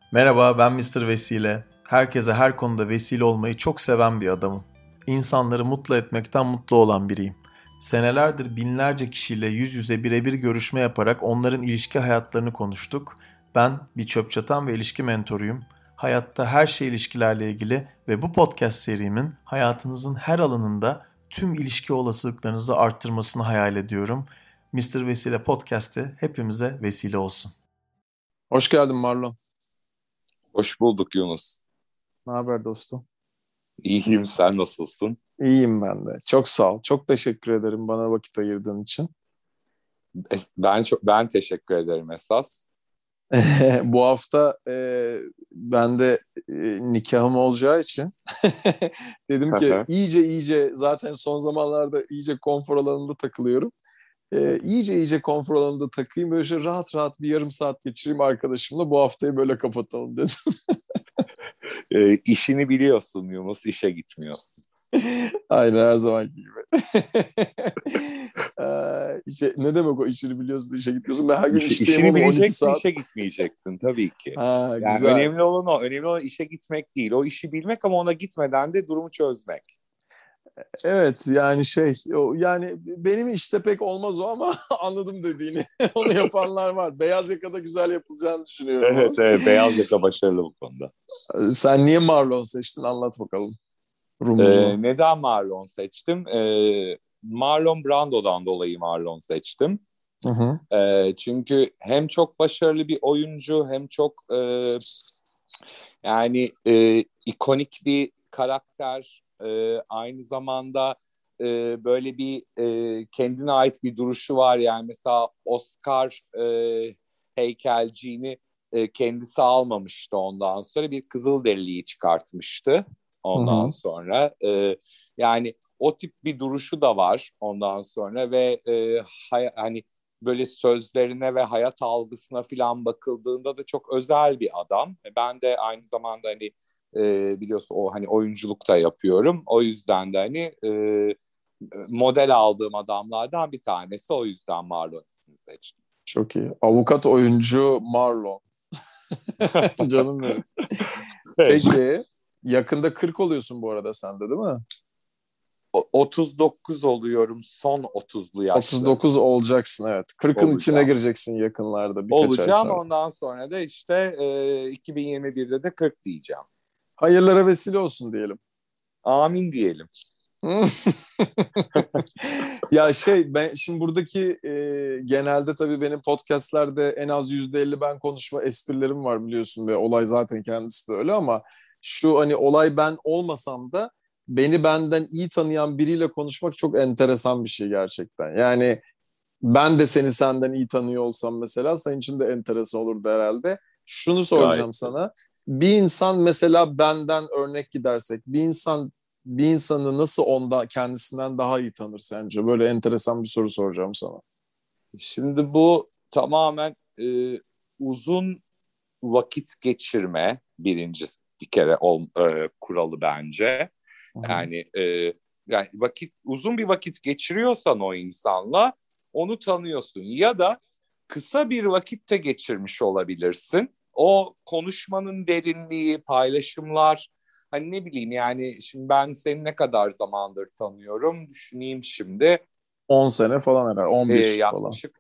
Merhaba, ben Mr. Vesile. Herkese her konuda vesile olmayı çok seven bir adamım. İnsanları mutlu etmekten mutlu olan biriyim. Senelerdir binlerce kişiyle yüz yüze birebir görüşme yaparak onların ilişki hayatlarını konuştuk. Ben bir çöp çatan ve ilişki mentoruyum. Hayatta her şey ilişkilerle ilgili ve bu podcast serimin hayatınızın her alanında tüm ilişki olasılıklarınızı arttırmasını hayal ediyorum. Mr. Vesile Podcast'ı hepimize vesile olsun. Hoş geldin Marlon. Hoş bulduk Yunus. Ne haber dostum? İyiyim, sen nasılsın? İyiyim ben de. Çok sağ ol. Çok teşekkür ederim bana vakit ayırdığın için. Ben teşekkür ederim esas. Bu hafta ben de nikahım olacağı için dedim ki iyice zaten son zamanlarda iyice konfor alanında takılıyorum. İyice konfor alanında takayım. Böyle şey rahat rahat bir yarım saat geçireyim arkadaşımla. Bu haftayı böyle kapatalım dedim. İşini biliyorsun Yunus, işe gitmiyorsun. Aynen her zamanki gibi. Ne demek o işini biliyorsun işe gitmiyorsun? Ben her gün işteyim İşini oğlum 12 bileceksin, saat. işe gitmeyeceksin tabii ki. Ha, Yani güzel. önemli olan işe gitmek değil. O işi bilmek ama ona gitmeden de durumu çözmek. Evet yani yani benim işte pek olmaz o ama anladım dediğini. Onu yapanlar var. Beyaz yakada güzel yapılacağını düşünüyorum. Evet, beyaz yaka başarılı bu konuda. Sen niye Marlon seçtin? Anlat bakalım. Rumuzunu. Neden Marlon seçtim? Marlon Brando'dan dolayı Marlon seçtim. Hı hı. Çünkü hem çok başarılı bir oyuncu hem çok ikonik bir karakter, aynı zamanda böyle bir kendine ait bir duruşu var. Yani mesela Oscar heykelciğini kendisi almamıştı, ondan sonra bir Kızılderili'yi çıkartmıştı ondan sonra. Yani o tip bir duruşu da var ondan sonra ve hani böyle sözlerine ve hayat algısına falan bakıldığında da çok özel bir adam. Ben de aynı zamanda hani biliyorsun o hani oyunculuk da yapıyorum. O yüzden de hani model aldığım adamlardan bir tanesi. O yüzden Marlon ismini seçtim. Çok iyi. Avukat oyuncu Marlon. Canım benim. Peki yakında 40 oluyorsun bu arada sen de değil mi? 39 oluyorum, son 30'lu yaşlarım. 39 olacaksın evet. 40'ın içine gireceksin yakınlarda birkaç ay sonra. Ondan sonra da işte 2021'de de 40 diyeceğim. Hayırlara vesile olsun diyelim. Amin diyelim. Ya ben şimdi buradaki genelde tabii benim podcastlerde en az %50 ben konuşma esprilerim var biliyorsun ve olay zaten kendisi de öyle ama şu hani olay ben olmasam da beni benden iyi tanıyan biriyle konuşmak çok enteresan bir şey gerçekten. Yani ben de seni senden iyi tanıyor olsam mesela senin için de enteresan olurdu herhalde. Şunu soracağım sana. Bir insan mesela benden örnek gidersek bir insanı nasıl kendisinden daha iyi tanır sence? Böyle enteresan bir soru soracağım sana. Şimdi bu tamamen uzun vakit geçirme bir kere kuralı bence. Hı-hı. Yani uzun bir vakit geçiriyorsan o insanla onu tanıyorsun ya da kısa bir vakitte geçirmiş olabilirsin. O konuşmanın derinliği, paylaşımlar, hani ne bileyim yani şimdi ben seni ne kadar zamandır tanıyorum düşüneyim şimdi. 10 sene falan herhalde, 11 falan. Yaklaşık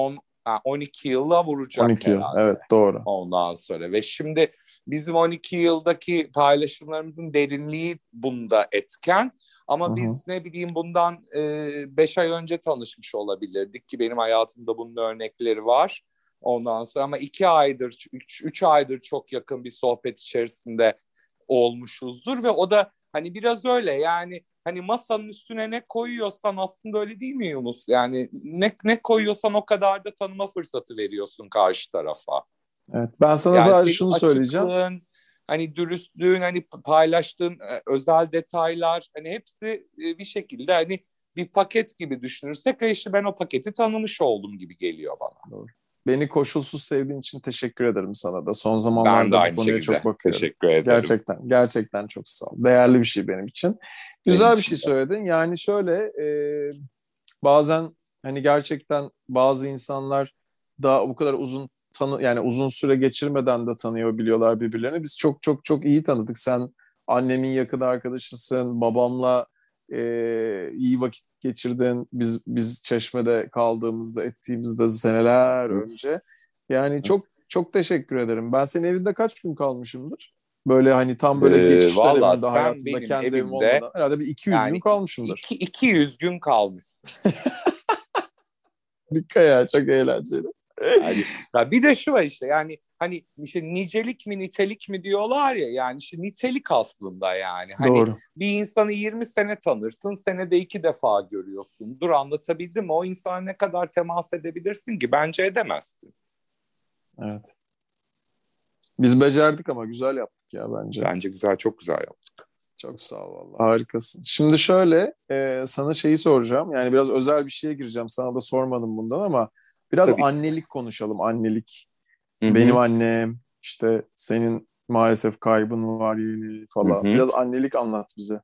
12 yıla vuracak 12 yıl, herhalde. evet doğru. Ondan sonra ve şimdi bizim 12 yıldaki paylaşımlarımızın derinliği bunda etken. Ama Hı-hı. biz ne bileyim bundan 5 ay önce tanışmış olabilirdik ki benim hayatımda bunun örnekleri var. Ondan sonra ama 2 aydır, 3 aydır çok yakın bir sohbet içerisinde olmuşuzdur ve o da hani biraz öyle yani hani masanın üstüne ne koyuyorsan aslında öyle değil mi Yunus? Yani ne koyuyorsan o kadar da tanıma fırsatı veriyorsun karşı tarafa. Evet, ben sana Yani sadece senin şunu söyleyeceğim. açıklığın, hani dürüstlüğün, hani paylaştığın özel detaylar, hani hepsi bir şekilde hani bir paket gibi düşünürsek işte ben o paketi tanımış oldum gibi geliyor bana. Doğru. Beni koşulsuz sevdiğin için teşekkür ederim sana da. Son Ben de zamanlarda bu aynı konuya şekilde çok bakıyorum. teşekkür ederim. Gerçekten çok sağ ol. Değerli bir şey benim için. Benim Güzel bir için şey de. söyledin. Yani şöyle bazen hani gerçekten bazı insanlar daha bu kadar uzun yani uzun süre geçirmeden de tanıyor biliyorlar birbirlerini. Biz çok çok çok iyi tanıdık. Sen annemin yakın arkadaşısın. Babamla iyi vakit geçirdin. Biz Çeşme'de kaldığımızda ettiğimizde seneler önce. Yani çok çok teşekkür ederim. Ben senin evinde kaç gün kalmışımdır? Böyle hani tam böyle geçiş Valla döneminde sen hayatımda benim kendi evim evimde olmadan herhalde bir 200 gün yani kalmışımdır. 200 gün kalmışsın. Harika ya, çok eğlenceli. Yani, ya bir de şu var işte, yani hani işte nicelik mi nitelik mi diyorlar ya, yani işte nitelik aslında, yani hani Doğru. bir insanı 20 sene tanırsın, senede 2 defa görüyorsun. Dur, anlatabildim mi? O insana ne kadar temas edebilirsin ki? Bence edemezsin. Evet. Biz becerdik ama güzel yaptık ya bence. Bence güzel, çok güzel yaptık. Çok sağ ol vallahi, harikasın. Şimdi şöyle sana şeyi soracağım. Yani biraz özel bir şeye gireceğim. Sana da sormadım bundan ama biraz Tabii ki. annelik konuşalım. Annelik. Hı Benim hı, annem, işte senin maalesef kaybın var yeni hı falan. hı. Biraz annelik anlat bize.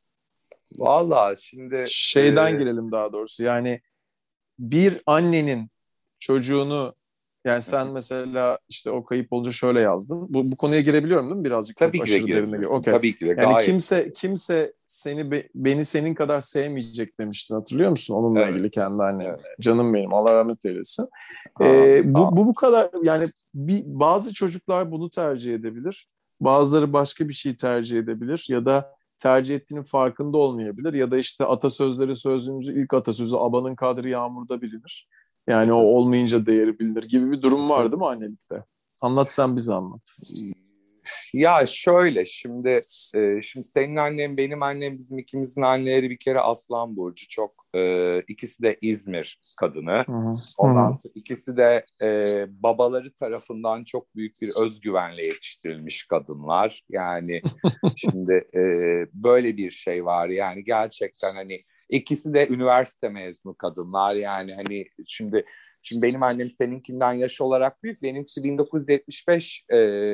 Valla şimdi Şeyden girelim daha doğrusu. Yani bir annenin çocuğunu, yani sen mesela işte o kayıp olunca şöyle yazdın. Bu konuya girebiliyorum değil mi? Birazcık çok tabii ki de aşırı derine gir. girebilirsin. Okey. Tabii ki de, Yani gayet. kimse seni beni senin kadar sevmeyecek demiştin, hatırlıyor musun? Onunla ilgili Evet. kendi annen. Evet. Canım benim, Allah rahmet eylesin. Amin, sağ ol. Bu kadar yani, bazı çocuklar bunu tercih edebilir. Bazıları başka bir şey tercih edebilir ya da tercih ettiğinin farkında olmayabilir ya da işte atasözleri sözlüğümüzün ilk atasözü abanın kadri yağmurda bilinir. Yani o Tabii. olmayınca değeri bilinir gibi bir durum var değil Tabii. mi annelikte? Anlat, sen bize anlat. Ya şöyle, şimdi senin annen, benim annem, bizim ikimizin anneleri bir kere Aslan burcu, çok ikisi de İzmir kadını. Hı hı. Hı Ondan hı. sonra ikisi de babaları tarafından çok büyük bir özgüvenle yetiştirilmiş kadınlar. Yani şimdi böyle bir şey var, yani gerçekten hani ikisi de üniversite mezunu kadınlar, yani hani şimdi benim annem seninkinden yaş olarak büyük, benimkisi 1975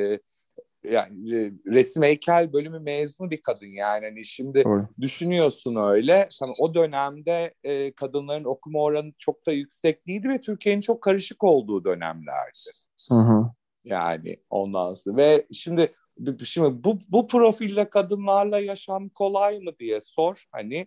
yani resim heykel bölümü mezunu bir kadın, yani hani şimdi Doğru. düşünüyorsun öyle. Tabii o dönemde kadınların okuma oranı çok da yüksek değildi ve Türkiye'nin çok karışık olduğu dönemlerdi. Hı hı. Yani ondan sonra ve şimdi bu profille kadınlarla yaşam kolay mı diye sor, hani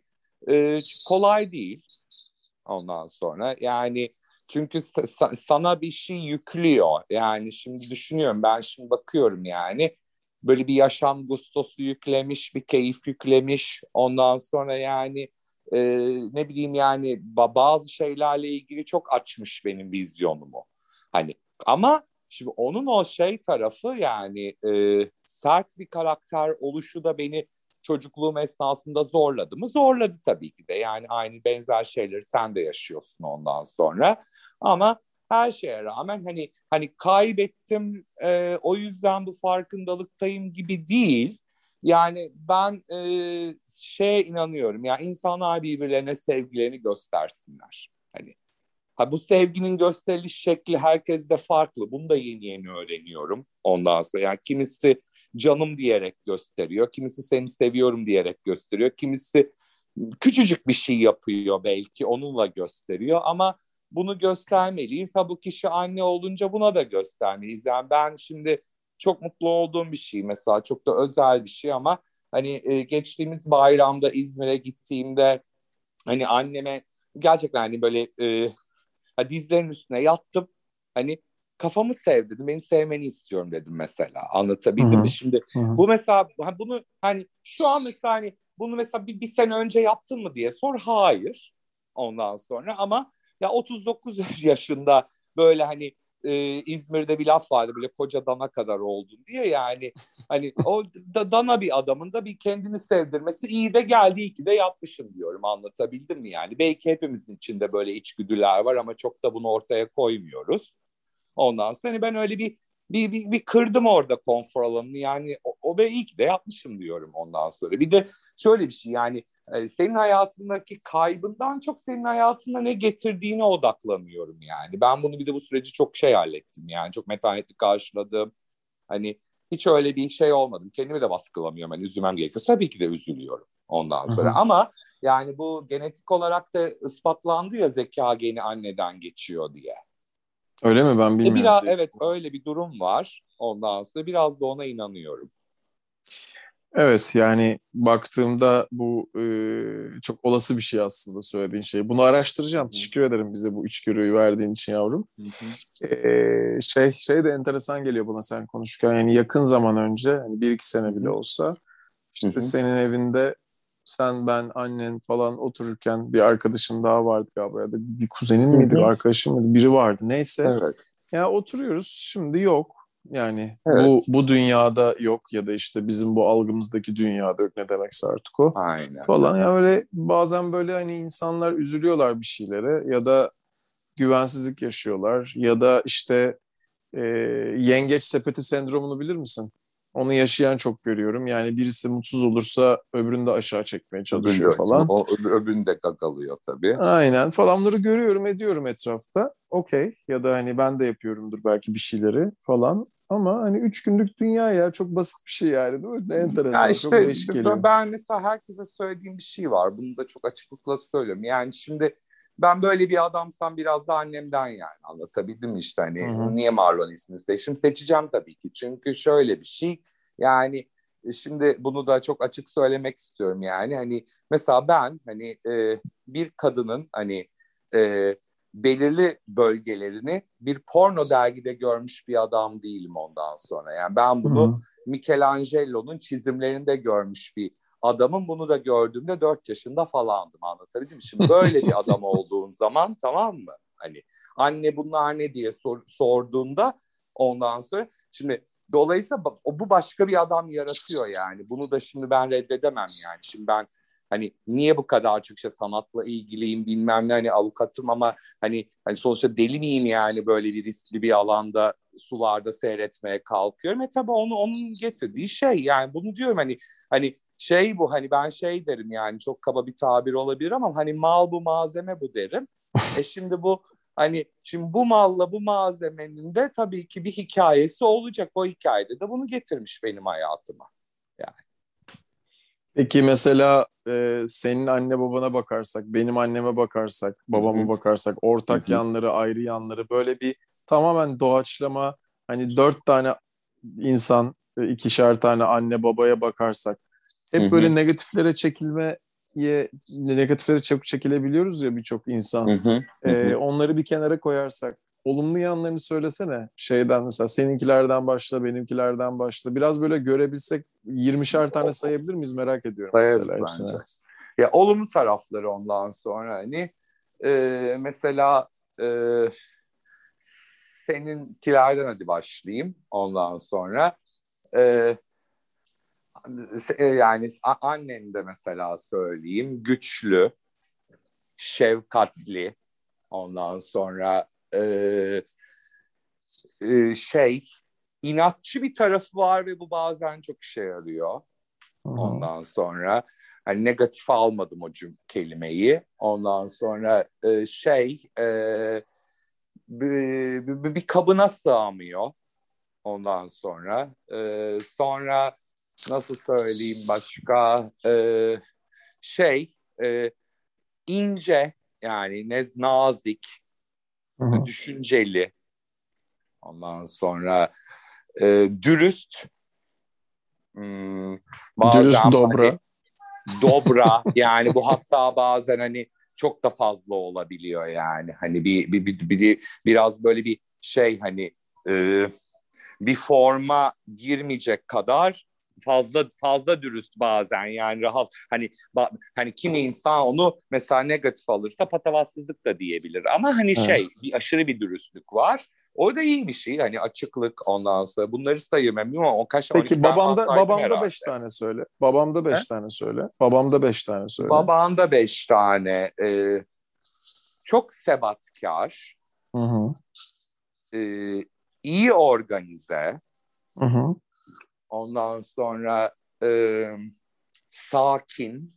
kolay değil. Ondan sonra yani, çünkü sana bir şey yüklüyor. Yani şimdi düşünüyorum, ben şimdi bakıyorum, yani böyle bir yaşam gustosu yüklemiş, bir keyif yüklemiş. Ondan sonra yani e, ne bileyim, yani bazı şeylerle ilgili çok açmış benim vizyonumu. Hani ama şimdi onun o şey tarafı, yani sert bir karakter oluşu da beni çocukluğum esnasında zorladı mı? Zorladı tabii ki de. Yani aynı benzer şeyleri sen de yaşıyorsun ondan sonra. Ama her şeye rağmen hani kaybettim, o yüzden bu farkındalıktayım gibi değil. Yani ben şeye inanıyorum. Yani insanlar birbirlerine sevgilerini göstersinler. Hani bu sevginin gösteriliş şekli herkeste farklı. Bunu da yeni yeni öğreniyorum ondan sonra. Yani kimisi canım diyerek gösteriyor, kimisi seni seviyorum diyerek gösteriyor, kimisi küçücük bir şey yapıyor belki, onunla gösteriyor, ama bunu göstermeliyiz. Ha, bu kişi anne olunca buna da göstermeliyiz. Yani ben şimdi çok mutlu olduğum bir şey mesela, çok da özel bir şey, ama hani geçtiğimiz bayramda İzmir'e gittiğimde hani anneme gerçekten hani böyle dizlerinin üstüne yattım. Hani kafamı sev dedim. Beni sevmeni istiyorum dedim mesela. Hı Anlatabildim mi? hı. Şimdi Hı hı. bu mesela, bunu hani şu an mesela, hani bunu mesela bir sene önce yaptın mı diye sor. Hayır. Ondan sonra ama ya 39 yaşında böyle hani İzmir'de bir laf vardı, böyle koca dana kadar oldun diye, yani hani o dana bir adamın da bir kendini sevdirmesi iyi de geldi, iyi ki de yapmışım diyorum, anlatabildim mi yani? Belki hepimizin içinde böyle içgüdüler var ama çok da bunu ortaya koymuyoruz. Ondan sonra hani ben öyle bir kırdım orada konfor alanını, yani o ve iyi ki de yapmışım diyorum ondan sonra. Bir de şöyle bir şey, yani senin hayatındaki kaybından çok senin hayatına ne getirdiğine odaklanıyorum yani. Ben bunu bir de bu süreci çok şey hallettim, yani çok metanetli karşıladım. Hani hiç öyle bir şey olmadım. Kendimi de baskılamıyorum. Hani üzülmem gerekiyorsa tabii ki de üzülüyorum ondan Hı sonra. hı. Ama yani bu genetik olarak da ispatlandı ya, zeka geni anneden geçiyor diye. Öyle mi? Ben bilmiyorum. Biraz evet, öyle bir durum var. Ondan sonra biraz da ona inanıyorum. Evet, yani baktığımda bu çok olası bir şey aslında söylediğin şey. Bunu Hı araştıracağım. hı. Teşekkür ederim bize bu içgörüyü verdiğin için yavrum. Hı hı. Şey de enteresan geliyor bana sen konuşurken. Yani yakın zaman önce, hani bir iki Hı sene bile hı. olsa, Hı işte hı. senin evinde sen, ben, annen falan otururken bir arkadaşın daha vardı galiba, ya da bir kuzenin Hı miydi, bir hı. arkadaşın mıydı, biri vardı. Neyse. Evet. Ya oturuyoruz, şimdi yok. Yani bu Evet. bu dünyada yok, ya da işte bizim bu algımızdaki dünyada yok, ne demekse artık o Aynen. falan. Ya öyle bazen böyle hani insanlar üzülüyorlar bir şeylere, ya da güvensizlik yaşıyorlar, ya da işte e, yengeç sepeti sendromunu bilir misin? Onu yaşayan çok görüyorum. Yani birisi mutsuz olursa öbürünü de aşağı çekmeye Öbüründe, çalışıyor falan. öbüründe gagalıyor tabii. Aynen falanları görüyorum, ediyorum etrafta. Okey, ya da hani ben de yapıyorumdur belki bir şeyleri falan. Ama hani 3 günlük dünya ya, çok basit bir şey yani, değil mi? Ya Enteresan, çok işte değişik geliyor. ben mesela herkese söylediğim bir şey var. Bunu da çok açıklıkla söylüyorum. Yani şimdi ben böyle bir adamsam biraz da annemden, yani anlatabildim mi, işte Hı hani hı. niye Marlon ismini seçtim? Seçeceğim tabii ki. Çünkü şöyle bir şey, yani şimdi bunu da çok açık söylemek istiyorum. Yani hani mesela ben hani bir kadının hani e, belirli bölgelerini bir porno dergide görmüş bir adam değilim ondan sonra. Yani ben Hı bunu hı. Michelangelo'nun çizimlerinde görmüş bir adamın, bunu da gördüğümde 4 yaşında falandım, anlatabildim mi? Şimdi böyle bir adam olduğun zaman, tamam mı? Hani anne bunlar ne diye sorduğunda, ondan sonra şimdi dolayısıyla bu başka bir adam yaratıyor yani. Bunu da şimdi ben reddedemem yani. Şimdi ben hani niye bu kadar çok işte sanatla ilgiliyim bilmem ne, hani avukatım ama hani sonuçta deli miyim yani, böyle bir riskli bir alanda sularda seyretmeye kalkıyorum. Tabii onun getirdiği şey, yani bunu diyorum hani şey bu, hani ben şey derim, yani çok kaba bir tabir olabilir ama hani mal bu malzeme bu derim. Şimdi bu, hani şimdi bu malla bu malzemenin de tabii ki bir hikayesi olacak. O hikayede de bunu getirmiş benim hayatıma. Yani. Peki mesela senin anne babana bakarsak, benim anneme bakarsak, Hı babama hı, bakarsak, hı ortak hı, yanları, ayrı yanları, böyle bir tamamen doğaçlama, hani 4 tane insan, ikişer tane anne babaya bakarsak, hı hep hı, böyle negatiflere çok çekilebiliyoruz ya, birçok insan. hı hı, hı hı. Onları bir kenara koyarsak, olumlu yanlarını söylesene. Şeyden mesela, seninkilerden başla, benimkilerden başla. Biraz böyle görebilsek 20'şer tane sayabilir miyiz, merak ediyorum mesela Sayarız hepsine. bence. Ya olumlu tarafları ondan sonra hani mesela e, seninkilerden hadi başlayayım ondan sonra. E, Yani annen de mesela söyleyeyim, güçlü, şefkatli, ondan sonra şey, inatçı bir tarafı var ve bu bazen çok işe yarıyor. Hı hı. Ondan sonra hani negatif almadım o kelimeyi. Ondan sonra bir kabına sığamıyor. Ondan sonra nasıl söyleyeyim başka, şey e, ince, yani nazik, Hı hı. düşünceli. Ondan sonra dürüst. Hmm, Dürüst, bazen hani dobra. dobra, yani bu hatta bazen hani çok da fazla olabiliyor yani. Hani biraz böyle bir şey, hani e, bir forma girmeyecek kadar fazla fazla dürüst bazen, yani rahat, hani kimi insan onu mesela negatif alırsa patavatsızlık da diyebilir ama hani Evet. bir aşırı bir dürüstlük var. O da iyi bir şey, hani açıklık, ondan sonra bunları sayıyorum bilmiyorum ama o kaç, Peki 12 tane falan saydım babamda herhalde. 5 tane söyle. Babamda He? 5 tane söyle. Babamda 5 tane söyle. Babanda 5 tane. Çok sebatkar, Hı hı. e, iyi organize, Hı hı. ondan sonra sakin,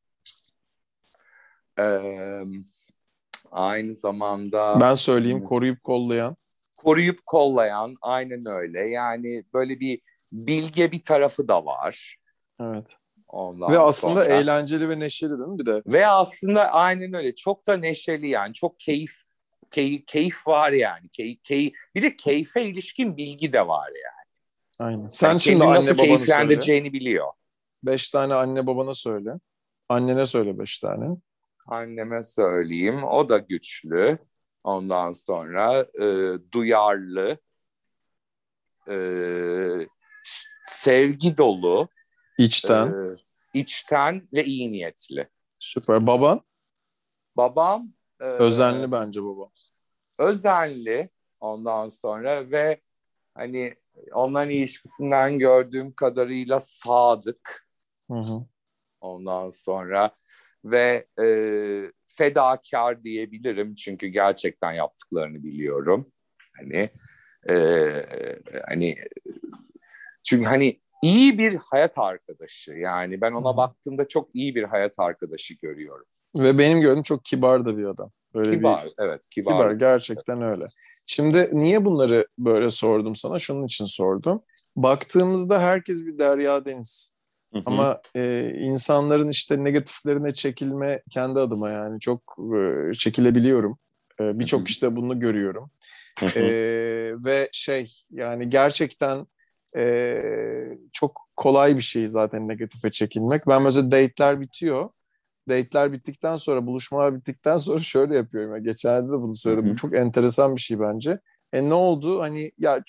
e, aynı zamanda Ben söyleyeyim, koruyup kollayan. koruyup kollayan, aynen öyle. Yani böyle bir bilge bir tarafı da var Evet. Ve ondan aslında sonra. eğlenceli ve neşeli, değil mi bir de? Ve aslında aynen öyle. Çok da neşeli, yani çok keyif keyif var yani. Bir de keyfe ilişkin bilgi de var yani. Aynen. Sen Yani şimdi kendini anne nasıl babanı söyle. keyiflendireceğini biliyor. 5 tane anne babana söyle. Annene söyle 5 tane. Anneme söyleyeyim. O da güçlü. Ondan sonra duyarlı, e, sevgi dolu, İçten. içten ve iyi niyetli. Süper. Baban? Babam Özenli bence baba. özenli, ondan sonra ve hani onların ilişkisinden gördüğüm kadarıyla sadık, Hı hı. ondan sonra ve fedakar diyebilirim çünkü gerçekten yaptıklarını biliyorum. Hani e, hani çünkü hani iyi bir hayat arkadaşı, yani ben ona baktığımda çok iyi bir hayat arkadaşı görüyorum. Ve benim gördüğüm çok kibar da bir adam. Böyle Kibar, bir evet, kibar, kibar. gerçekten öyle. Şimdi niye bunları böyle sordum sana? Şunun için sordum. Baktığımızda herkes bir derya deniz. Hı hı. Ama insanların işte negatiflerine çekilme, kendi adıma yani çok çekilebiliyorum. Birçok işte bunu görüyorum. Hı hı. Ve yani gerçekten çok kolay bir şey zaten negatife çekilmek. Ben mesela date'ler bitiyor. Date'ler bittikten sonra, buluşmalar bittikten sonra şöyle yapıyorum. Ya, geçenlerde de bunu söyledim. Bu çok enteresan bir şey bence. Ne oldu? Hani ya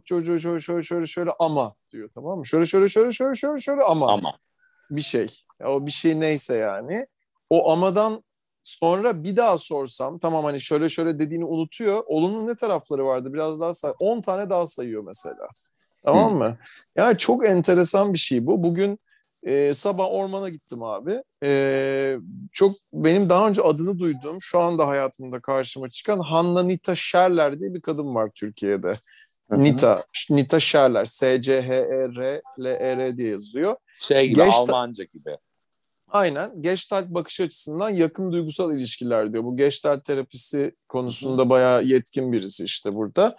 şöyle ama diyor, tamam mı? Şöyle ama Ama bir şey. Ya, o bir şey neyse yani. O amadan sonra bir daha sorsam, tamam hani şöyle dediğini unutuyor. Olumlu ne tarafları vardı? Biraz daha 10 tane daha sayıyor mesela. Tamam mı? Yani çok enteresan bir şey bu. Bugün sabah ormana gittim abi. Çok benim daha önce adını duyduğum, şu anda hayatımda karşıma çıkan Hanna Nita Scherler diye bir kadın var Türkiye'de. Nita Scherler. Scherler diye yazıyor. şey gibi, Gestalt, Almanca gibi. aynen. Gestalt bakış açısından yakın duygusal ilişkiler diyor. Bu Gestalt terapisi konusunda bayağı yetkin birisi işte burada.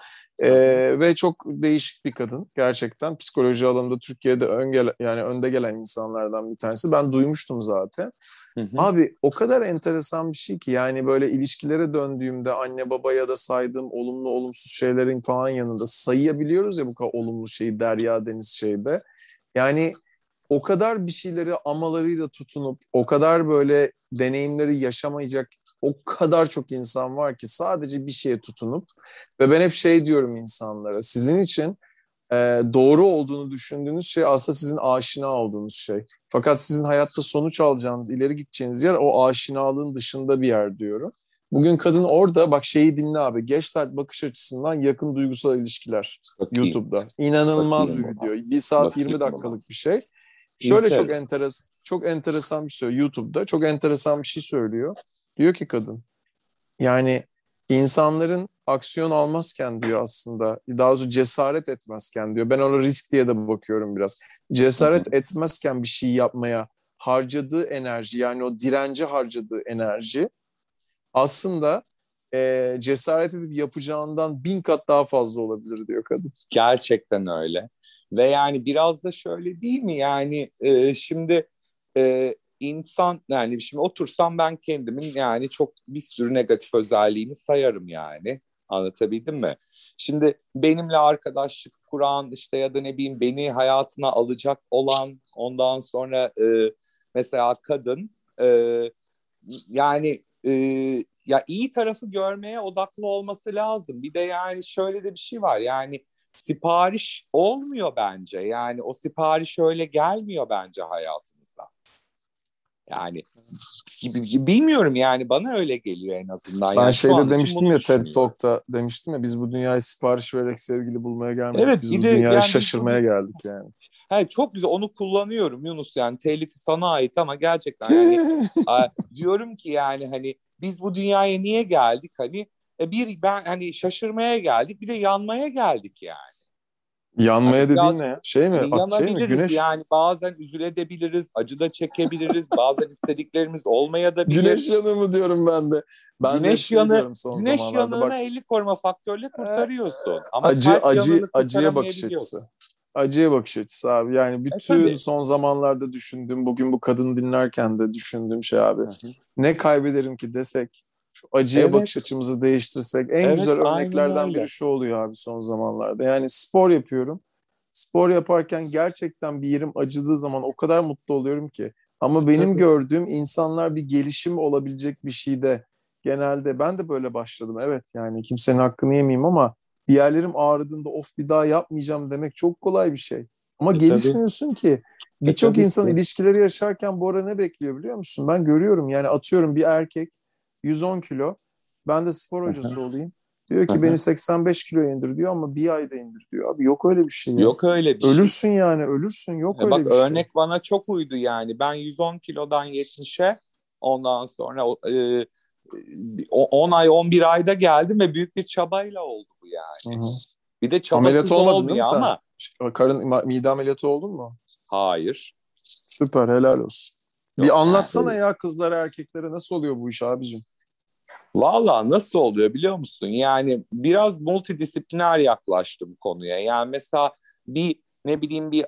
Ve çok değişik bir kadın. Gerçekten psikoloji alanında Türkiye'de yani önde gelen insanlardan bir tanesi. Ben duymuştum zaten. Abi o kadar enteresan bir şey ki, yani böyle ilişkilere döndüğümde anne baba ya da saydığım olumlu olumsuz şeylerin falan yanında sayabiliyoruz ya bu kadar olumlu şeyi, derya deniz şeyde. Yani o kadar bir şeyleri amalarıyla tutunup o kadar böyle deneyimleri yaşamayacak o kadar çok insan var ki sadece bir şeye tutunup, ve ben hep diyorum insanlara, sizin için doğru olduğunu düşündüğünüz şey aslında sizin aşina olduğunuz şey. Fakat sizin hayatta sonuç alacağınız, ileri gideceğiniz yer o aşinalığın dışında bir yer diyorum. Bugün kadın orada, bak dinle abi. Gestalt bakış açısından yakın duygusal ilişkiler. Bakayım. YouTube'da. İnanılmaz Bakayım bir buna. video. 1 saat Bakayım 20 buna. dakikalık bir şey. Şöyle İzlerim. çok enteresan bir şey söylüyor. YouTube'da çok enteresan bir şey söylüyor. Diyor ki kadın, yani insanların aksiyon almazken diyor, aslında daha doğrusu cesaret etmezken diyor. Ben ona risk diye de bakıyorum biraz. Cesaret etmezken bir şey yapmaya harcadığı enerji, yani o dirence harcadığı enerji aslında cesaret edip yapacağından 1000 kat daha fazla olabilir diyor kadın. Gerçekten öyle. Ve yani biraz da şöyle değil mi? Yani şimdi insan, yani şimdi otursam ben kendimin yani çok bir sürü negatif özelliğimi sayarım yani. Anlatabildim mi? Şimdi benimle arkadaşlık kuran işte ya da ne bileyim beni hayatına alacak olan, ondan sonra mesela kadın, yani ya iyi tarafı görmeye odaklı olması lazım. Bir de yani şöyle de bir şey var. Yani sipariş olmuyor bence. Yani o sipariş öyle gelmiyor bence hayatımıza. Yani bilmiyorum, yani bana öyle geliyor en azından. Ben Yani şu an için demiştim bunu ya, TED düşünüyorum. Talk'ta demiştim ya, biz bu dünyaya sipariş vererek sevgili bulmaya gelmedik. Evet, Biz bir bu de dünyaya yani biz şaşırmaya bunu, geldik yani. he, çok güzel onu kullanıyorum Yunus, yani telifi sana ait ama gerçekten yani diyorum ki yani hani biz bu dünyaya niye geldik, hani bir ben hani şaşırmaya geldik, bir de yanmaya geldik yani. Yanmaya Hani dediğin ne birazcık ya? Şey mi? Şey mi? yanabiliriz Güneş. yani, bazen üzülebiliriz, acı da çekebiliriz, bazen istediklerimiz olmayabilir. Güneş yanığı mı diyorum ben de. Ben de hep diyorum son Güneş zamanlarda. yanığına Bak, 50 koruma faktörle e, kurtarıyorsun ama kalp yanığını acıya bakış kurtaramayabiliyorsun. açısı. Acıya bakış açısı abi. Yani bütün Tabii. son zamanlarda düşündüğüm, bugün bu kadını dinlerken de düşündüğüm şey abi. Hı hı. Ne kaybederim ki desek, Şu acıya Evet, bakış açımızı değiştirsek. En evet, güzel aynen örneklerden biri öyle. şu oluyor abi son zamanlarda. Yani spor yapıyorum. Spor yaparken gerçekten bir yerim acıdığı zaman o kadar mutlu oluyorum ki. Ama benim Tabii. gördüğüm insanlar bir gelişim olabilecek bir şeyde genelde ben de böyle başladım. Evet yani kimsenin hakkını yemeyeyim ama bir yerlerim ağrıdığında of bir daha yapmayacağım demek çok kolay bir şey. Ama Tabii. gelişmiyorsun ki. Birçok Tabii insan ki. ilişkileri yaşarken bu arada ne bekliyor biliyor musun? Ben görüyorum yani atıyorum bir erkek 110 kilo. Ben de spor Hı hocası hı, olayım. Diyor hı ki beni hı. 85 kilo indir diyor ama bir ayda indir diyor. Abi yok öyle bir şey ya. Yok öyle bir şey. Ölürsün yani ölürsün yok öyle Bak bir şey. örnek bana çok uydu yani. Ben 110 kilodan 70'e ondan sonra 10 ay 11 ayda geldim ve büyük bir çabayla oldu bu Hı yani. hı. Bir de Ameliyat çabasız olmadın değil mi olmuyor sen? ama Mide ameliyatı oldun mu? hayır. Süper helal olsun. Bir Yok yani anlatsana öyle. ya kızlara erkeklere nasıl oluyor bu iş abicim? Valla nasıl oluyor biliyor musun? Yani biraz multidisipliner yaklaştım konuya. Yani mesela bir ne bileyim bir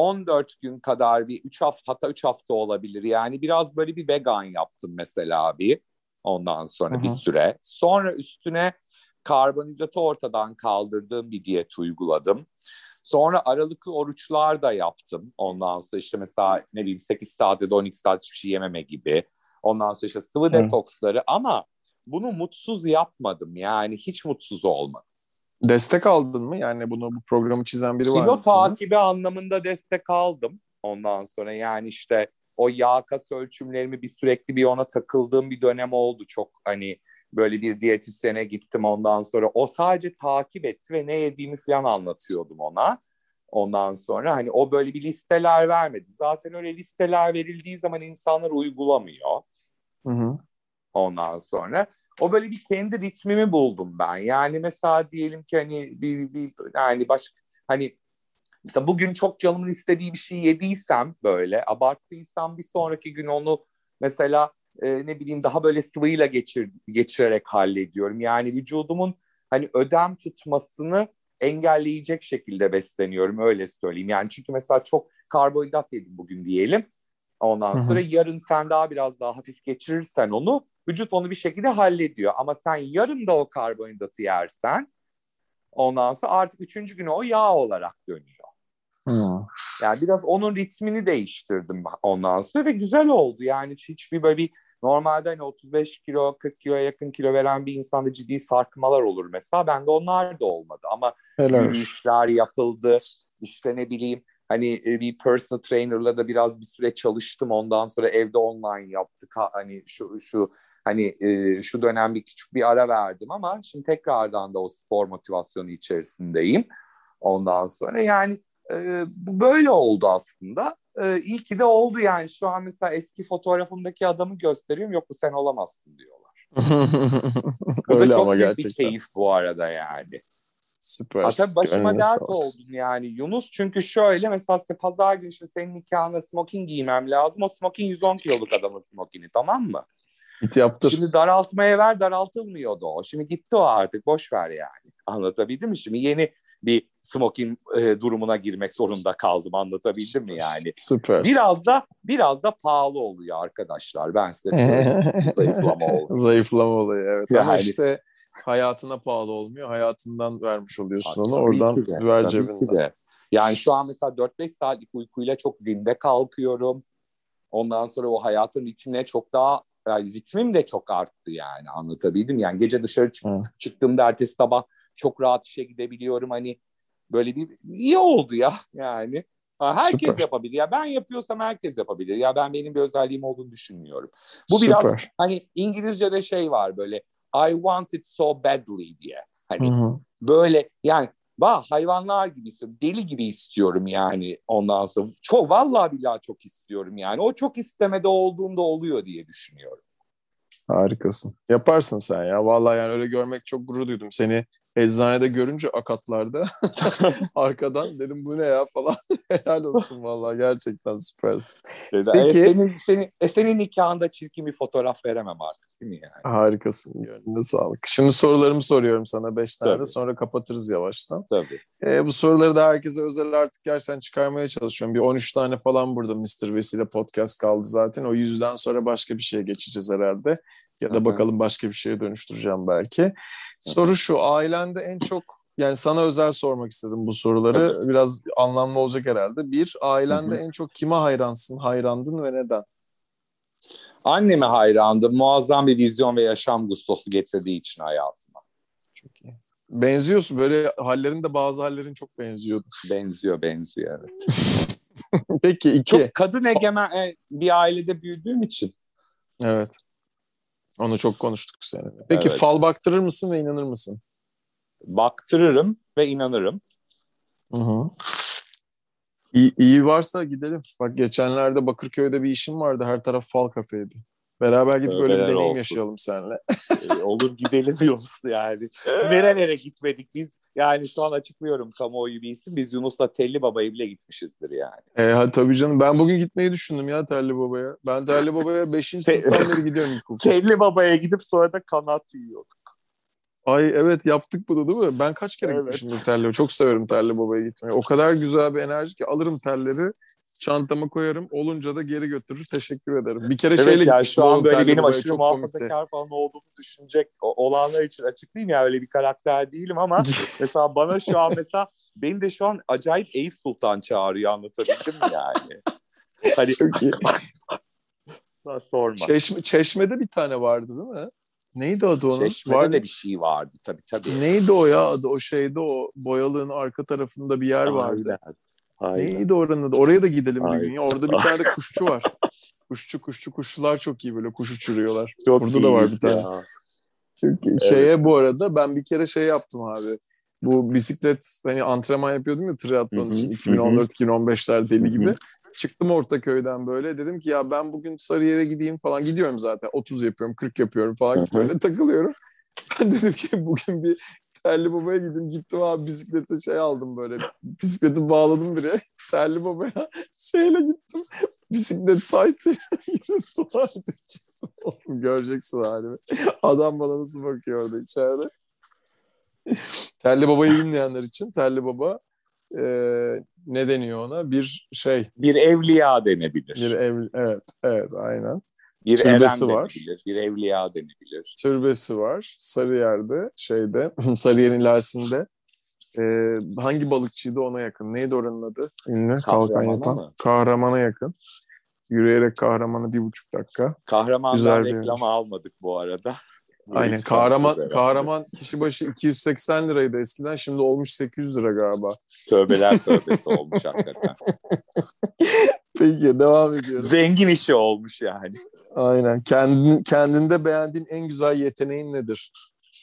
14 gün kadar bir 3 hafta hatta 3 hafta olabilir. Yani biraz böyle bir vegan yaptım mesela bir ondan Hı sonra bir hı. süre. Sonra üstüne karbonhidratı ortadan kaldırdığım bir diyet uyguladım. Sonra aralıklı oruçlar da yaptım. Ondan sonra işte mesela ne bileyim 8 saat ya da 12 saat hiçbir şey yememe gibi. Ondan sonra işte sıvı Evet. detoksları ama bunu mutsuz yapmadım. Yani hiç mutsuz olmadım. Destek aldın mı? Yani bu programı çizen biri var Kilo mı senin? takibi anlamında destek aldım. Ondan sonra yani işte o yağ kas ölçümlerimi sürekli bir ona takıldığım bir dönem oldu. Çok hani böyle bir diyetisyene gittim ondan sonra. O sadece takip etti ve ne yediğimi falan anlatıyordum ona. Ondan sonra hani o böyle bir listeler vermedi. Zaten öyle listeler verildiği zaman insanlar uygulamıyor. Hı hı. Ondan sonra o böyle bir kendi ritmimi buldum ben. Yani mesela diyelim ki hani yani hani mesela bugün çok canımın istediği bir şey yediysem böyle abarttıysam bir sonraki gün onu mesela ne bileyim daha böyle sıvıyla geçirerek hallediyorum. Yani vücudumun hani ödem tutmasını engelleyecek şekilde besleniyorum öyle söyleyeyim. Yani çünkü mesela çok karbonhidrat yedim bugün diyelim. Ondan Hı sonra hı. yarın sen biraz daha hafif geçirirsen onu vücut onu bir şekilde hallediyor. Ama sen yarın da o karbonhidratı yersen ondan sonra artık üçüncü güne o yağ olarak dönüyor. Hı. Yani biraz onun ritmini değiştirdim ondan sonra ve güzel oldu. Yani hiçbir böyle bir normalde hani 35 kilo 40 kiloya yakın kilo veren bir insanda ciddi sarkmalar olur mesela. Bende onlar da olmadı ama Helal olsun. yürüyüşler yapıldı. İşte ne bileyim hani bir personal trainer'la da biraz bir süre çalıştım. Ondan sonra evde online yaptık. Hani şu hani şu dönem bir küçük bir ara verdim ama şimdi tekrardan da o spor motivasyonu içerisindeyim. Ondan sonra yani bu böyle oldu aslında. İyi ki de oldu yani. Şu an mesela eski fotoğrafımdaki adamı gösteriyorum. Yok bu sen olamazsın diyorlar. Bu da Öyle ama çok büyük bir gerçekten. keyif bu arada yani. Ha Süpersin. tabii başıma Gönlüne dert sağlık. oldun yani Yunus. Çünkü şöyle mesela işte pazar günü işte senin nikahında smoking giymem lazım. O smoking 110 kiloluk adamın smokini tamam mı? Git yaptır. Şimdi daraltmaya ver daraltılmıyordu o. Şimdi gitti o artık boş ver yani. Anlatabildim mi? Şimdi yeni bir smoking durumuna girmek zorunda kaldım. Anlatabildim mi Süper. yani? Süpersin. Biraz da pahalı oluyor arkadaşlar. Ben size söyleyeyim. Zayıflama olayı. Zayıflama olayı evet ama Yani işte hayatına pahalı olmuyor. Hayatından vermiş oluyorsun onu. tabii Oradan ki de. ver Tabii ki cebinden. de. Yani şu an mesela 4-5 saatlik uykuyla çok zinde kalkıyorum. Ondan sonra o hayatın ritmine çok daha yani ritmim de çok arttı yani anlatabildim. Yani gece dışarı Hı. çıktığımda ertesi sabah çok rahat işe gidebiliyorum. Hani böyle bir iyi oldu ya yani. Ha, herkes Süper. yapabilir. Ya ben yapıyorsam herkes yapabilir. Ya ben benim bir özelliğim olduğunu düşünmüyorum. Bu biraz Süper. hani İngilizce'de şey var böyle I want it so badly diye. Hı Hani hı. böyle yani hayvanlar gibi istiyorum. Deli gibi istiyorum yani ondan sonra. Çok vallahi billahi çok istiyorum yani. O çok istemede olduğunda oluyor diye düşünüyorum. Harikasın. Yaparsın sen ya. Vallahi yani öyle görmek çok gurur duydum. Seni eczanede görünce akatlarda arkadan dedim bu ne ya falan. Helal olsun vallahi gerçekten süpersin. Peki Senin nikahında çirkin bir fotoğraf veremem artık değil mi yani? harikasın. Gönlüne sağlık. Şimdi sorularımı soruyorum sana 5 tane de Tabii, sonra kapatırız yavaştan. tabii. Bu soruları da herkese özel artık gerçekten çıkarmaya çalışıyorum. Bir 13 tane falan burada Mr. Vesile podcast kaldı zaten. O yüzden sonra başka bir şeye geçeceğiz herhalde. Ya da bakalım başka bir şeye dönüştüreceğim belki. Soru şu, ailende en çok, yani sana özel sormak istedim bu soruları. Evet. Biraz anlamlı olacak herhalde. Bir, ailende en çok kime hayrandın ve neden? Anneme hayrandım. Muazzam bir vizyon ve yaşam gustosu getirdiği için hayatıma. Çok iyi. Benziyorsun. Böyle hallerin de bazı hallerin çok benziyordu. Benziyor evet. Peki iki. Çok kadın egemen bir ailede büyüdüğüm için. Evet. Onu çok konuştuk seninle. Peki Evet. fal baktırır mısın ve inanır mısın? Baktırırım ve inanırım. Hı hı. İyi varsa gidelim. Bak geçenlerde Bakırköy'de bir işim vardı. Her taraf fal kafeydi. Beraber gidip öyle bir Tövbeler deneyim olsun. yaşayalım seninle. Olur gidelim Yunus yani. Nerelere gitmedik biz? Yani şu an açıklıyorum kamuoyu bilsin. Biz Yunus'la Telli Baba'ya bile gitmişizdir yani. Hadi tabii canım. Ben bugün gitmeyi düşündüm ya Telli Baba'ya. Ben Telli Baba'ya 5. sınıftan beri gidiyorum ilkokul. Telli Baba'ya gidip sonra da kanat yiyorduk. Ay evet, yaptık bunu değil mi? Ben kaç kere gitmişimdir Telli Baba. Çok severim Telli Baba'ya gitmeyi. O kadar güzel bir enerji ki alırım telleri, çantama koyarım. Olunca da geri götürür. Teşekkür ederim. Bir kere şeyle Evet yani gitmiştim şu an oğlum böyle Telli benim Baba'ya. aşırı Çok komikti. muhafazakar falan olduğumu düşünecek olanlar için açıklayayım ya, öyle bir karakter değilim ama mesela bana şu an beni de şu an acayip Eyüp Sultan çağırıyor, anlatabildim mi yani? Hani Çok iyi. sorma. Çeşme'de bir tane vardı değil mi? Neydi adı onun? Çeşme'de de bir şey vardı tabii. Neydi o ya adı? O şeyde, o boyalığın arka tarafında bir yer vardı. Aynen. Neydi oranın adı? Oraya da gidelim bir gün ya. Aynen. Orada bir tane de kuşçu var. Kuşçular çok iyi, böyle kuş uçuruyorlar. Çok Burada da var bir tane. ya. Çünkü Evet. bu arada ben bir kere yaptım abi. Bu bisiklet, hani antrenman yapıyordum ya triatlon için 2014-2015'ler deli gibi. Çıktım Ortaköy'den böyle. Dedim ki ya ben bugün Sarıyer'e gideyim falan. Gidiyorum zaten. 30 yapıyorum, 40 yapıyorum falan. Böyle takılıyorum. Ben dedim ki bugün bir Telli Baba'ya gideyim. Gittim abi, bisiklete aldım böyle. Bisikleti bağladım bire. Telli Baba'ya gittim. Bisiklet tight. Tuvalete çıktım. Oğlum göreceksin halimi. Adam bana nasıl bakıyor orada içeride. Telli Baba'yı bilmeyenler için, Telli Baba ne deniyor ona? Bir evliya denebilir. Evet aynen. Bir Türbesi eren var. denebilir. Bir evliya denebilir. Türbesi var. Sarıyer'de Sarıyer'in ilerisinde. Hangi balıkçıydı ona yakın? Neydi oranın adı? Ünlü kalkan yapan. Mı? Kahraman'a yakın. Yürüyerek Kahraman'a 1,5 dakika. Kahramandan Güzel reklam almadık bu arada. Aynen. Kahraman kişi başı 280 liraydı eskiden. Şimdi olmuş 800 lira galiba. Tövbeler tövbesi olmuş hakikaten. Peki devam ediyorum. Zengin işi olmuş yani. Aynen. Kendinde beğendiğin en güzel yeteneğin nedir?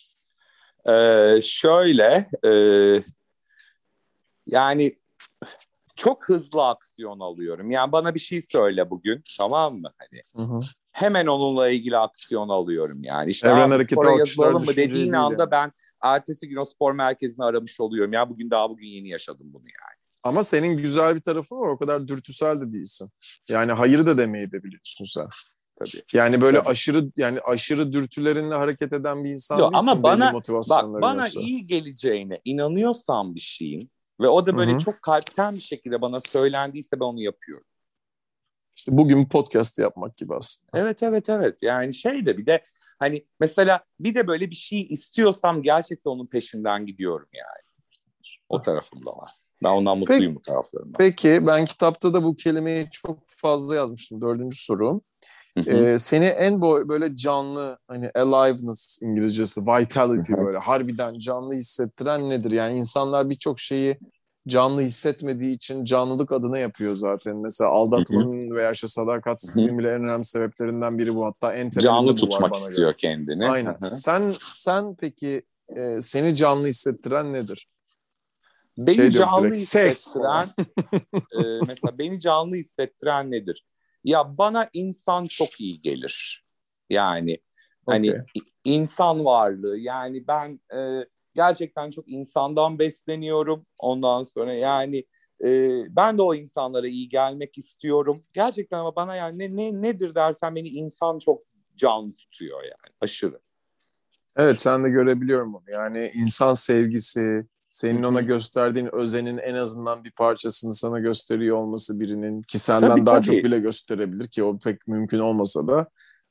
Yani çok hızlı aksiyon alıyorum. Yani bana bir şey söyle bugün, tamam mı? Hani hemen onunla ilgili aksiyon alıyorum yani. İşte Evren abi hareketi, spora alkışlar, yazılalım mı düşünce dediğin değil anda yani. ben ertesi gün o spor merkezini aramış oluyorum. Ya bugün yeni yaşadım bunu yani. Ama senin güzel bir tarafın var. O kadar dürtüsel de değilsin. Yani hayır da demeyi de biliyorsun sen. Tabii. Yani böyle tabii. aşırı dürtülerinle hareket eden bir insan Yok, değilsin. ama bana yoksa. iyi geleceğine inanıyorsam bir şeyin ve o da böyle çok kalpten bir şekilde bana söylendiyse ben onu yapıyorum. İşte bugün podcast yapmak gibi aslında. Evet. Yani bir de hani mesela bir de böyle bir şey istiyorsam gerçekten onun peşinden gidiyorum yani. O tarafım da var. Ben ondan mutluyum bu taraflarımdan. Peki ben kitapta da bu kelimeyi çok fazla yazmıştım. 4. sorum. Seni en böyle canlı, hani aliveness İngilizcesi, vitality, böyle harbiden canlı hissettiren nedir? Yani insanlar birçok şeyi canlı hissetmediği için canlılık adına yapıyor zaten. Mesela aldatmanın veya sadakatsizliğin bile en önemli sebeplerinden biri bu. Hatta en tepede canlı bu var tutmak bana istiyor göre. kendini. Aynen. Sen peki seni canlı hissettiren nedir? Beni canlı hissettiren mesela beni canlı hissettiren nedir? Ya bana insan çok iyi gelir. Yani hani insan varlığı, yani ben gerçekten çok insandan besleniyorum. Ondan sonra yani ben de o insanlara iyi gelmek istiyorum. Gerçekten, ama bana yani nedir dersen beni insan çok canlı tutuyor yani, aşırı. Evet, sen de görebiliyorum bunu. Yani insan sevgisi, senin ona gösterdiğin özenin en azından bir parçasını sana gösteriyor olması birinin, ki senden daha çok bile gösterebilir ki o pek mümkün olmasa da.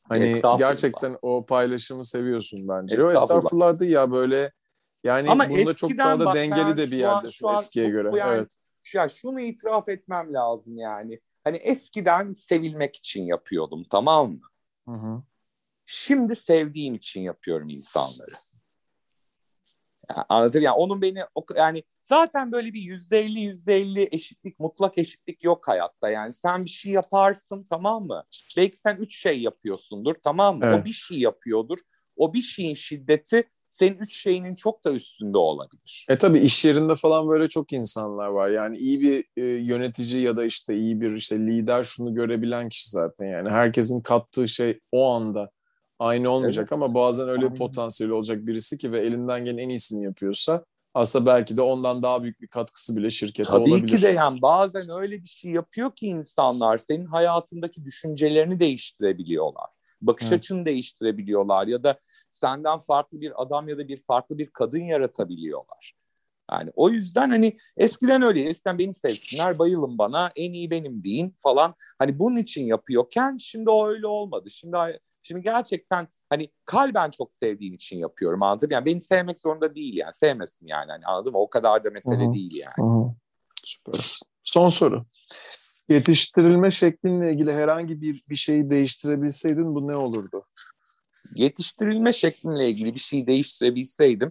Hani gerçekten o paylaşımı seviyorsun bence. Yok Estağfurullah. estağfurullah değil ya, böyle yani Ama bunda çok daha da bak, dengeli de bir yerdesin eskiye göre. yani, Evet. ya şunu itiraf etmem lazım yani. Hani eskiden sevilmek için yapıyordum, tamam mı? Hı hı. Şimdi sevdiğim için yapıyorum insanları. Yani anlatabiliyor muyum? Yani onun beni yani zaten böyle bir %50 eşitlik, mutlak eşitlik yok hayatta. Yani sen bir şey yaparsın, tamam mı? Belki sen 3 şey yapıyorsundur, tamam mı? Evet. O bir şey yapıyordur. O bir şeyin şiddeti senin 3 şeyinin çok da üstünde olabilir. Tabii iş yerinde falan böyle çok insanlar var. Yani iyi bir yönetici ya da işte iyi bir işte lider şunu görebilen kişi zaten. Yani herkesin kattığı şey o anda aynı olmayacak, Evet. ama bazen öyle bir Aynen. potansiyeli olacak birisi ki ve elinden gelen en iyisini yapıyorsa aslında belki de ondan daha büyük bir katkısı bile şirkete Tabii olabilir. ki de, yani bazen öyle bir şey yapıyor ki insanlar senin hayatındaki düşüncelerini değiştirebiliyorlar. Bakış Evet. açını değiştirebiliyorlar ya da senden farklı bir adam ya da farklı bir kadın yaratabiliyorlar. Yani o yüzden hani eskiden öyle. Eskiden beni sevsinler, bayılın bana, en iyi benim deyin falan. Hani bunun için yapıyorken şimdi o öyle olmadı. Şimdi gerçekten hani kalben çok sevdiğim için yapıyorum, anladın mı? Yani beni sevmek zorunda değil yani. Sevmesin yani. Hani, anladın mı? O kadar da mesele Hı-hı. değil yani. Hı-hı. Süper. Son soru. Yetiştirilme şeklinle ilgili herhangi bir şeyi değiştirebilseydin bu ne olurdu? Yetiştirilme şeklinle ilgili bir şey değiştirebilseydim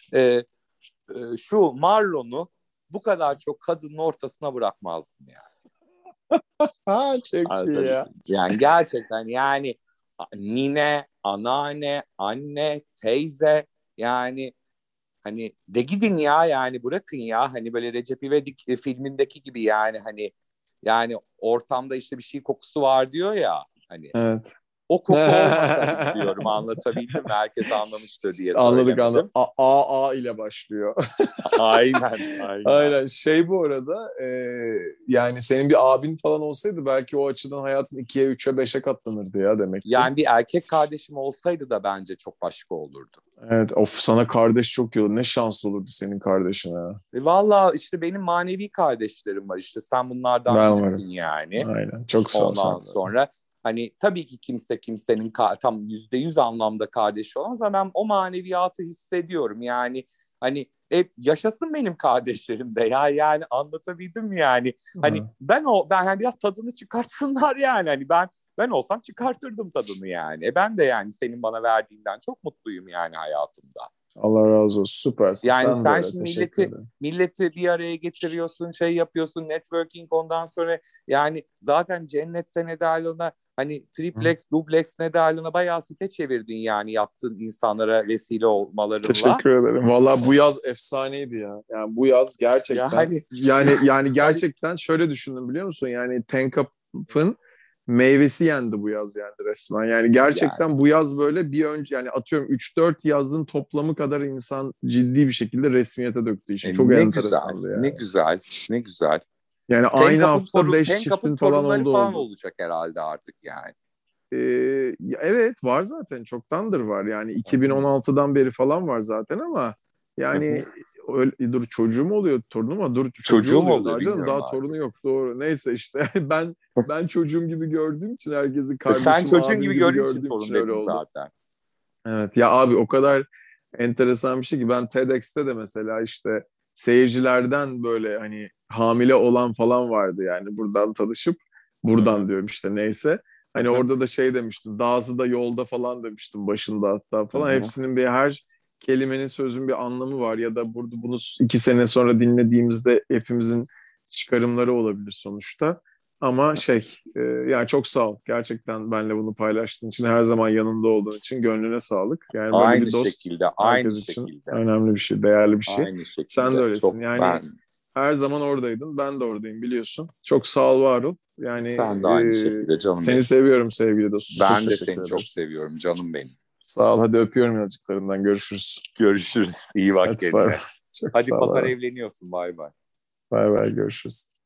şu Marlon'u bu kadar çok kadının ortasına bırakmazdım yani. Çok iyi ya. Yani gerçekten yani nine, anneanne, anne, teyze, yani hani de gidin ya, yani bırakın ya, hani böyle Recep İvedik filmindeki gibi yani, hani yani ortamda işte bir şey kokusu var diyor ya, hani Evet. o koku olmasaydı diyorum, anlatabildim mi? Herkes anlamıştır diye Anladık. söylemedim. A ile başlıyor. Aynen. Aynen. Bu arada yani senin bir abin falan olsaydı belki o açıdan hayatın 2'ye 3'e 5'e katlanırdı ya, demek ki. Yani bir erkek kardeşim olsaydı da bence çok başka olurdu. Evet, of, sana kardeş çok iyi olur. Ne şanslı olurdu senin kardeşin ha. Valla işte benim manevi kardeşlerim var, işte sen bunlardan Ben varım. birisin yani. Aynen. Çok sağ ol Ondan sen de. sonra hani tabii ki kimse kimsenin tam %100 anlamda kardeşi olamaz ama ben o maneviyatı hissediyorum. Yani hani yaşasın benim kardeşlerim de ya, yani anlatabildim mi yani? Hani Hı. ben hani biraz tadını çıkartsınlar yani. Hani ben olsam çıkartırdım tadını yani. Ben de yani senin bana verdiğinden çok mutluyum yani hayatımda. Allah razı olsun. Süpersin. Yani Sen de sen öyle. şimdi Teşekkür ederim. milleti bir araya getiriyorsun, şey yapıyorsun, networking, ondan sonra yani zaten cennette ne derler ona, hani Hı. triplex, duplex ne derler ona, bayağı site çevirdin yani yaptığın insanlara vesile olmalarınla. Teşekkür ederim. Vallahi bu yaz efsaneydi ya. Yani bu yaz gerçekten Yani yani hani gerçekten şöyle düşündüm, biliyor musun? Yani Tenkap'ın meyvesi yendi bu yaz yani, resmen. Yani yani gerçekten bu yaz böyle bir önce yani atıyorum 3-4 yazın toplamı kadar insan ciddi bir şekilde resmiyete döktü işi. Çok ne güzel, enteresandı ne yani. güzel, ne güzel. Yani aynı hafta 5 Tenkap'ın çiftin falan torunları falan oldu. olacak herhalde artık yani. Ee, evet, var zaten, çoktandır var yani 2016'dan beri falan var zaten, ama yani öyle, dur çocuğum oluyor, torunum, ama dur çocuğu Çocuğum oluyor oluyor, daha canım, bilmiyorum daha torunu artık. yok, doğru, neyse işte ben çocuğum gibi gördüğüm için herkesi Sen kardeşim çocuğun abim gibi gibi gördüğün için gördüğüm için torun öyle dedin oldu. zaten. Evet ya abi, o kadar enteresan bir şey ki, ben TEDx'te de mesela işte seyircilerden böyle hani hamile olan falan vardı yani, buradan tanışıp, Hı buradan hı. diyorum işte, neyse. Hı Hani hı. orada da şey demiştim, dağısı da yolda falan demiştim başında hatta Hı falan. hı. Hepsinin her kelimenin, sözün bir anlamı var, ya da burada bunu 2 sene sonra dinlediğimizde hepimizin çıkarımları olabilir sonuçta. Ama yani çok sağ ol. Gerçekten benle bunu paylaştığın için, her zaman yanında olduğun için, gönlüne sağlık. Yani böyle Aynı bir dost şekilde, aynı herkes için şekilde, önemli bir şey, değerli bir şey. aynı Sen de şekilde. öylesin. Çok Yani ben, her zaman oradaydın. Ben de oradayım, biliyorsun. Çok sağ ol, var ol. Yani sen de aynı şekilde canım benim. seni seviyorum sevgili dostum. Çok Ben de teşekkür seni ederim. çok seviyorum canım benim. Sağ ol. Hadi öpüyorum yazıklarından. Görüşürüz. Görüşürüz. İyi bak Hadi bay bay. kendine. Çok Hadi sağ ol pazar abi. evleniyorsun. Bay bay. Bay bay, görüşürüz.